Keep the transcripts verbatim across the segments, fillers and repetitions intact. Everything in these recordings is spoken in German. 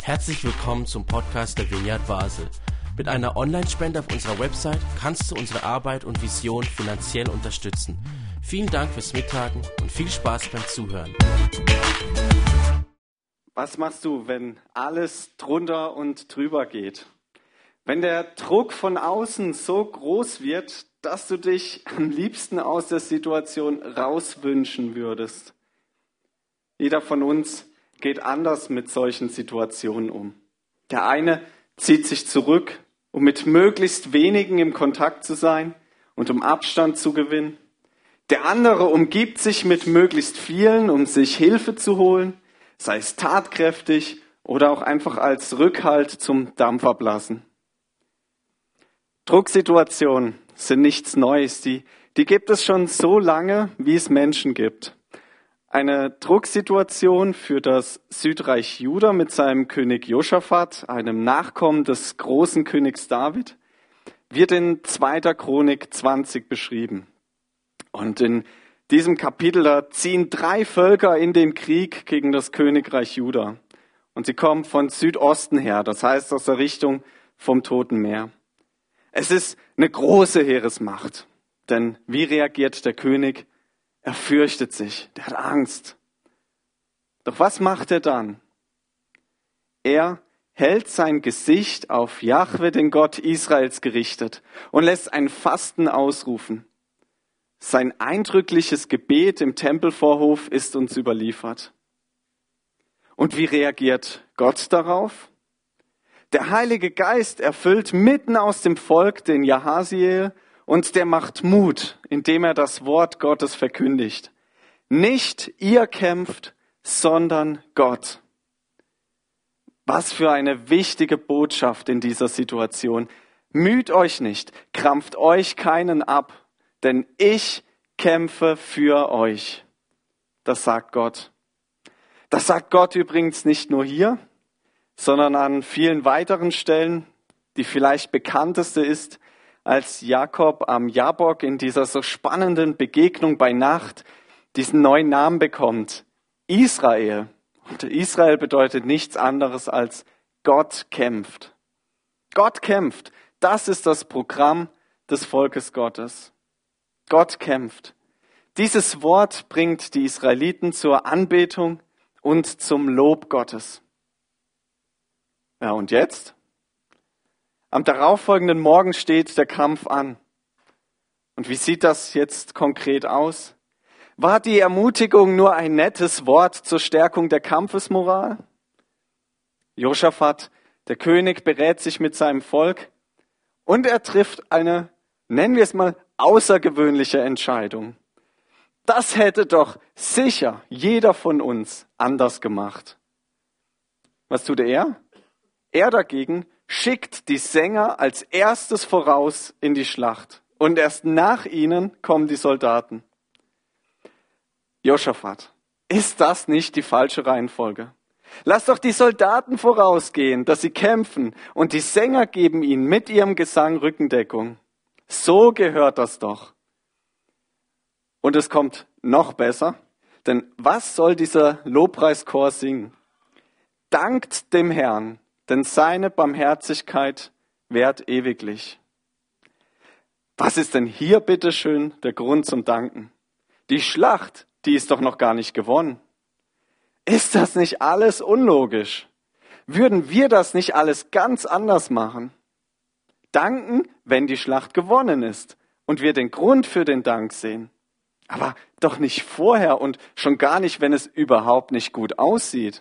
Herzlich willkommen zum Podcast der Vineyard Basel. Mit einer Online-Spende auf unserer Website kannst du unsere Arbeit und Vision finanziell unterstützen. Vielen Dank fürs Mittagen und viel Spaß beim Zuhören. Was machst du, wenn alles drunter und drüber geht? Wenn der Druck von außen so groß wird, dass du dich am liebsten aus der Situation rauswünschen würdest. Jeder von uns geht anders mit solchen Situationen um. Der eine zieht sich zurück, um mit möglichst wenigen im Kontakt zu sein und um Abstand zu gewinnen. Der andere umgibt sich mit möglichst vielen, um sich Hilfe zu holen, sei es tatkräftig oder auch einfach als Rückhalt zum Dampfablassen. Drucksituationen sind nichts Neues, die, die gibt es schon so lange, wie es Menschen gibt. Eine Drucksituation für das Südreich Juda mit seinem König Josaphat, einem Nachkommen des großen Königs David, wird in zweiter Chronik zwanzig beschrieben. Und in diesem Kapitel, da ziehen drei Völker in den Krieg gegen das Königreich Juda. Und sie kommen von Südosten her, das heißt aus der Richtung vom Toten Meer. Es ist eine große Heeresmacht, denn wie reagiert der König? Er fürchtet sich, der hat Angst. Doch was macht er dann? Er hält sein Gesicht auf Jahwe, den Gott Israels, gerichtet und lässt ein Fasten ausrufen. Sein eindrückliches Gebet im Tempelvorhof ist uns überliefert. Und wie reagiert Gott darauf? Der Heilige Geist erfüllt mitten aus dem Volk den Jahasiel und der macht Mut, indem er das Wort Gottes verkündigt. Nicht ihr kämpft, sondern Gott. Was für eine wichtige Botschaft in dieser Situation. Müht euch nicht, krampft euch keinen ab, denn ich kämpfe für euch. Das sagt Gott. Das sagt Gott übrigens nicht nur hier, sondern an vielen weiteren Stellen. Die vielleicht bekannteste ist, als Jakob am Jabok in dieser so spannenden Begegnung bei Nacht diesen neuen Namen bekommt, Israel. Und Israel bedeutet nichts anderes als Gott kämpft. Gott kämpft, das ist das Programm des Volkes Gottes. Gott kämpft. Dieses Wort bringt die Israeliten zur Anbetung und zum Lob Gottes. Ja, und jetzt? Am darauffolgenden Morgen steht der Kampf an. Und wie sieht das jetzt konkret aus? War die Ermutigung nur ein nettes Wort zur Stärkung der Kampfesmoral? Josaphat, der König, berät sich mit seinem Volk und er trifft eine, nennen wir es mal, außergewöhnliche Entscheidung. Das hätte doch sicher jeder von uns anders gemacht. Was tut er? Er dagegen schickt die Sänger als erstes voraus in die Schlacht. Und erst nach ihnen kommen die Soldaten. Josaphat, ist das nicht die falsche Reihenfolge? Lass doch die Soldaten vorausgehen, dass sie kämpfen, und die Sänger geben ihnen mit ihrem Gesang Rückendeckung. So gehört das doch. Und es kommt noch besser, denn was soll dieser Lobpreischor singen? Dankt dem Herrn, denn seine Barmherzigkeit währt ewiglich. Was ist denn hier bitteschön der Grund zum Danken? Die Schlacht, die ist doch noch gar nicht gewonnen. Ist das nicht alles unlogisch? Würden wir das nicht alles ganz anders machen? Danken, wenn die Schlacht gewonnen ist und wir den Grund für den Dank sehen. Aber doch nicht vorher und schon gar nicht, wenn es überhaupt nicht gut aussieht.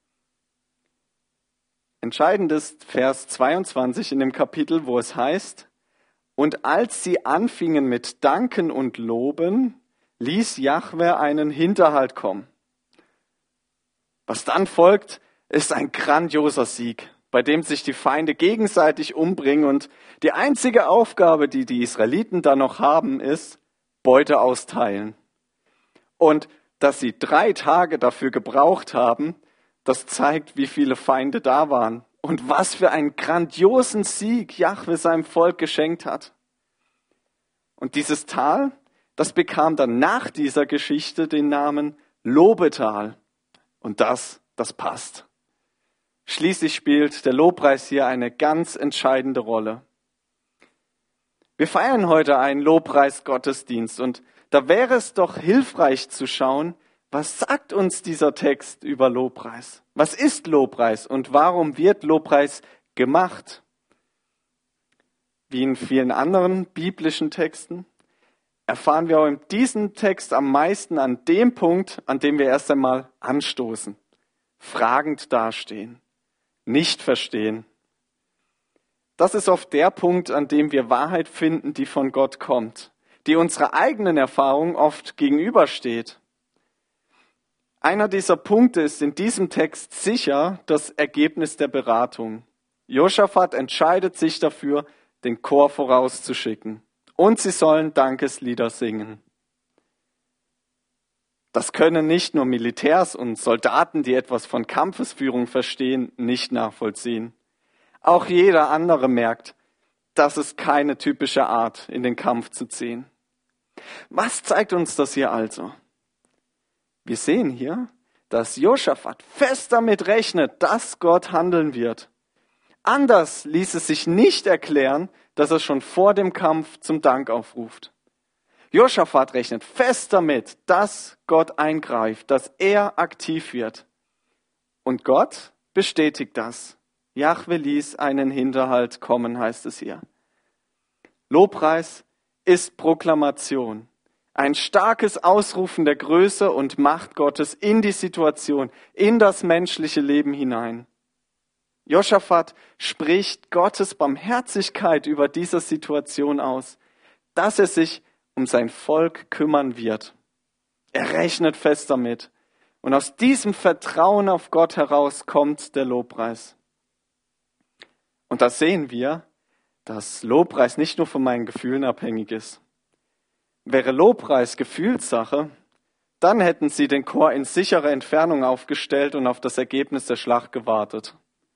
Entscheidend ist Vers zweiundzwanzig in dem Kapitel, wo es heißt, und als sie anfingen mit Danken und Loben, ließ Jahwe einen Hinterhalt kommen. Was dann folgt, ist ein grandioser Sieg, bei dem sich die Feinde gegenseitig umbringen und die einzige Aufgabe, die die Israeliten da noch haben, ist Beute austeilen. Und dass sie drei Tage dafür gebraucht haben, das zeigt, wie viele Feinde da waren und was für einen grandiosen Sieg Jahwe seinem Volk geschenkt hat. Und dieses Tal, das bekam dann nach dieser Geschichte den Namen Lobetal. Und das, das passt. Schließlich spielt der Lobpreis hier eine ganz entscheidende Rolle. Wir feiern heute einen Lobpreis-Gottesdienst und da wäre es doch hilfreich zu schauen, was sagt uns dieser Text über Lobpreis? Was ist Lobpreis und warum wird Lobpreis gemacht? Wie in vielen anderen biblischen Texten erfahren wir auch in diesem Text am meisten an dem Punkt, an dem wir erst einmal anstoßen, fragend dastehen, nicht verstehen. Das ist oft der Punkt, an dem wir Wahrheit finden, die von Gott kommt, die unserer eigenen Erfahrung oft gegenübersteht. Einer dieser Punkte ist in diesem Text sicher das Ergebnis der Beratung. Josaphat entscheidet sich dafür, den Chor vorauszuschicken. Und sie sollen Dankeslieder singen. Das können nicht nur Militärs und Soldaten, die etwas von Kampfesführung verstehen, nicht nachvollziehen. Auch jeder andere merkt, das ist keine typische Art, in den Kampf zu ziehen. Was zeigt uns das hier also? Wir sehen hier, dass Josaphat fest damit rechnet, dass Gott handeln wird. Anders ließ es sich nicht erklären, dass er schon vor dem Kampf zum Dank aufruft. Josaphat rechnet fest damit, dass Gott eingreift, dass er aktiv wird. Und Gott bestätigt das. Jahwe ließ einen Hinterhalt kommen, heißt es hier. Lobpreis ist Proklamation. Ein starkes Ausrufen der Größe und Macht Gottes in die Situation, in das menschliche Leben hinein. Josaphat spricht Gottes Barmherzigkeit über diese Situation aus, dass er sich um sein Volk kümmern wird. Er rechnet fest damit. Und aus diesem Vertrauen auf Gott heraus kommt der Lobpreis. Und da sehen wir, dass Lobpreis nicht nur von meinen Gefühlen abhängig ist. Wäre Lobpreis Gefühlssache, dann hätten sie den Chor in sicherer Entfernung aufgestellt und auf das Ergebnis der Schlacht gewartet.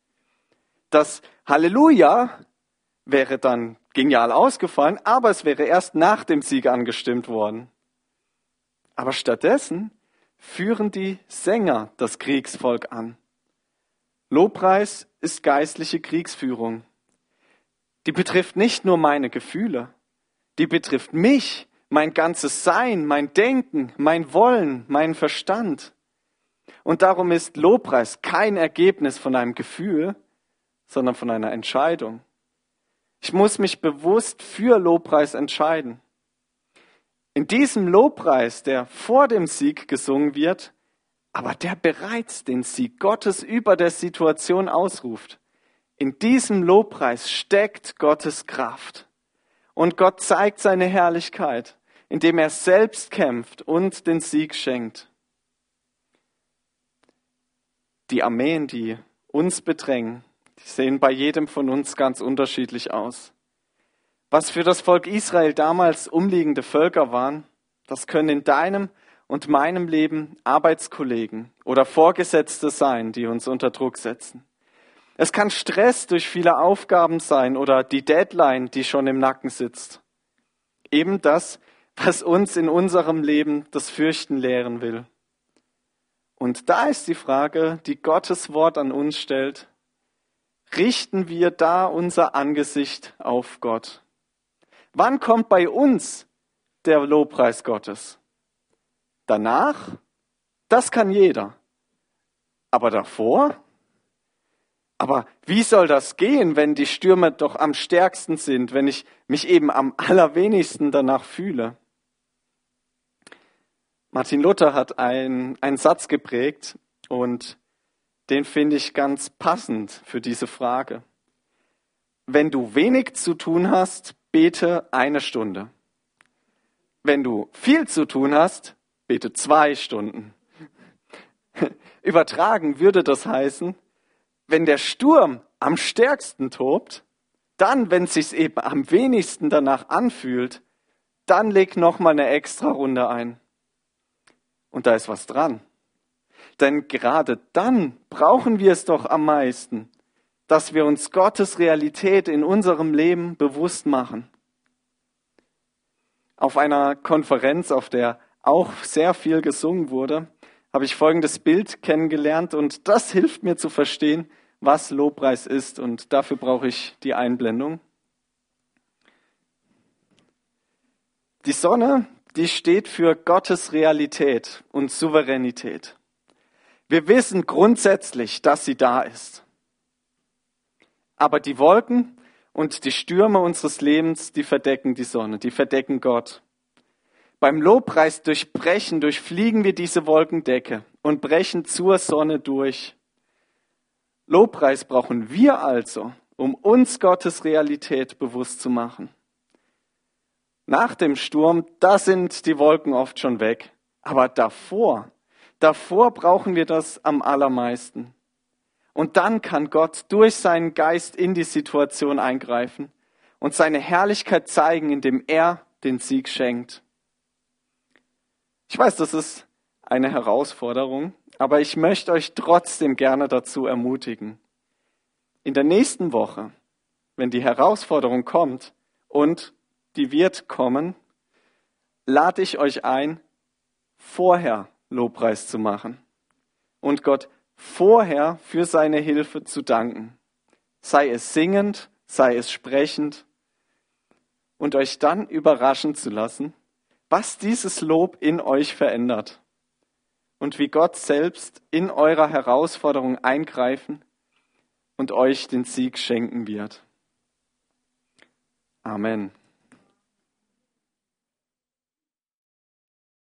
Das Halleluja wäre dann genial ausgefallen, aber es wäre erst nach dem Sieg angestimmt worden. Aber stattdessen führen die Sänger das Kriegsvolk an. Lobpreis ist geistliche Kriegsführung. Die betrifft nicht nur meine Gefühle, die betrifft mich, mein ganzes Sein, mein Denken, mein Wollen, meinen Verstand. Und darum ist Lobpreis kein Ergebnis von einem Gefühl, sondern von einer Entscheidung. Ich muss mich bewusst für Lobpreis entscheiden. In diesem Lobpreis, der vor dem Sieg gesungen wird, aber der bereits den Sieg Gottes über der Situation ausruft, in diesem Lobpreis steckt Gottes Kraft. Und Gott zeigt seine Herrlichkeit, indem er selbst kämpft und den Sieg schenkt. Die Armeen, die uns bedrängen, die sehen bei jedem von uns ganz unterschiedlich aus. Was für das Volk Israel damals umliegende Völker waren, das können in deinem und meinem Leben Arbeitskollegen oder Vorgesetzte sein, die uns unter Druck setzen. Es kann Stress durch viele Aufgaben sein oder die Deadline, die schon im Nacken sitzt. Eben das, was uns in unserem Leben das Fürchten lehren will. Und da ist die Frage, die Gottes Wort an uns stellt: Richten wir da unser Angesicht auf Gott? Wann kommt bei uns der Lobpreis Gottes? Danach? Das kann jeder. Aber davor? Aber wie soll das gehen, wenn die Stürme doch am stärksten sind, wenn ich mich eben am allerwenigsten danach fühle? Martin Luther hat ein, einen Satz geprägt und den finde ich ganz passend für diese Frage. Wenn du wenig zu tun hast, bete eine Stunde. Wenn du viel zu tun hast, bete zwei Stunden. Übertragen würde das heißen, wenn der Sturm am stärksten tobt, dann, wenn es sich eben am wenigsten danach anfühlt, dann leg noch mal eine extra Runde ein. Und da ist was dran. Denn gerade dann brauchen wir es doch am meisten, dass wir uns Gottes Realität in unserem Leben bewusst machen. Auf einer Konferenz, auf der auch sehr viel gesungen wurde, habe ich folgendes Bild kennengelernt und das hilft mir zu verstehen, was Lobpreis ist. Und dafür brauche ich die Einblendung. Die Sonne, die steht für Gottes Realität und Souveränität. Wir wissen grundsätzlich, dass sie da ist. Aber die Wolken und die Stürme unseres Lebens, die verdecken die Sonne, die verdecken Gott. Beim Lobpreis durchbrechen, durchfliegen wir diese Wolkendecke und brechen zur Sonne durch. Lobpreis brauchen wir also, um uns Gottes Realität bewusst zu machen. Nach dem Sturm, da sind die Wolken oft schon weg. Aber davor, davor brauchen wir das am allermeisten. Und dann kann Gott durch seinen Geist in die Situation eingreifen und seine Herrlichkeit zeigen, indem er den Sieg schenkt. Ich weiß, das ist eine Herausforderung, aber ich möchte euch trotzdem gerne dazu ermutigen. In der nächsten Woche, wenn die Herausforderung kommt, und die wird kommen, lade ich euch ein, vorher Lobpreis zu machen und Gott vorher für seine Hilfe zu danken. Sei es singend, sei es sprechend, und euch dann überraschen zu lassen, was dieses Lob in euch verändert und wie Gott selbst in eurer Herausforderung eingreifen und euch den Sieg schenken wird. Amen.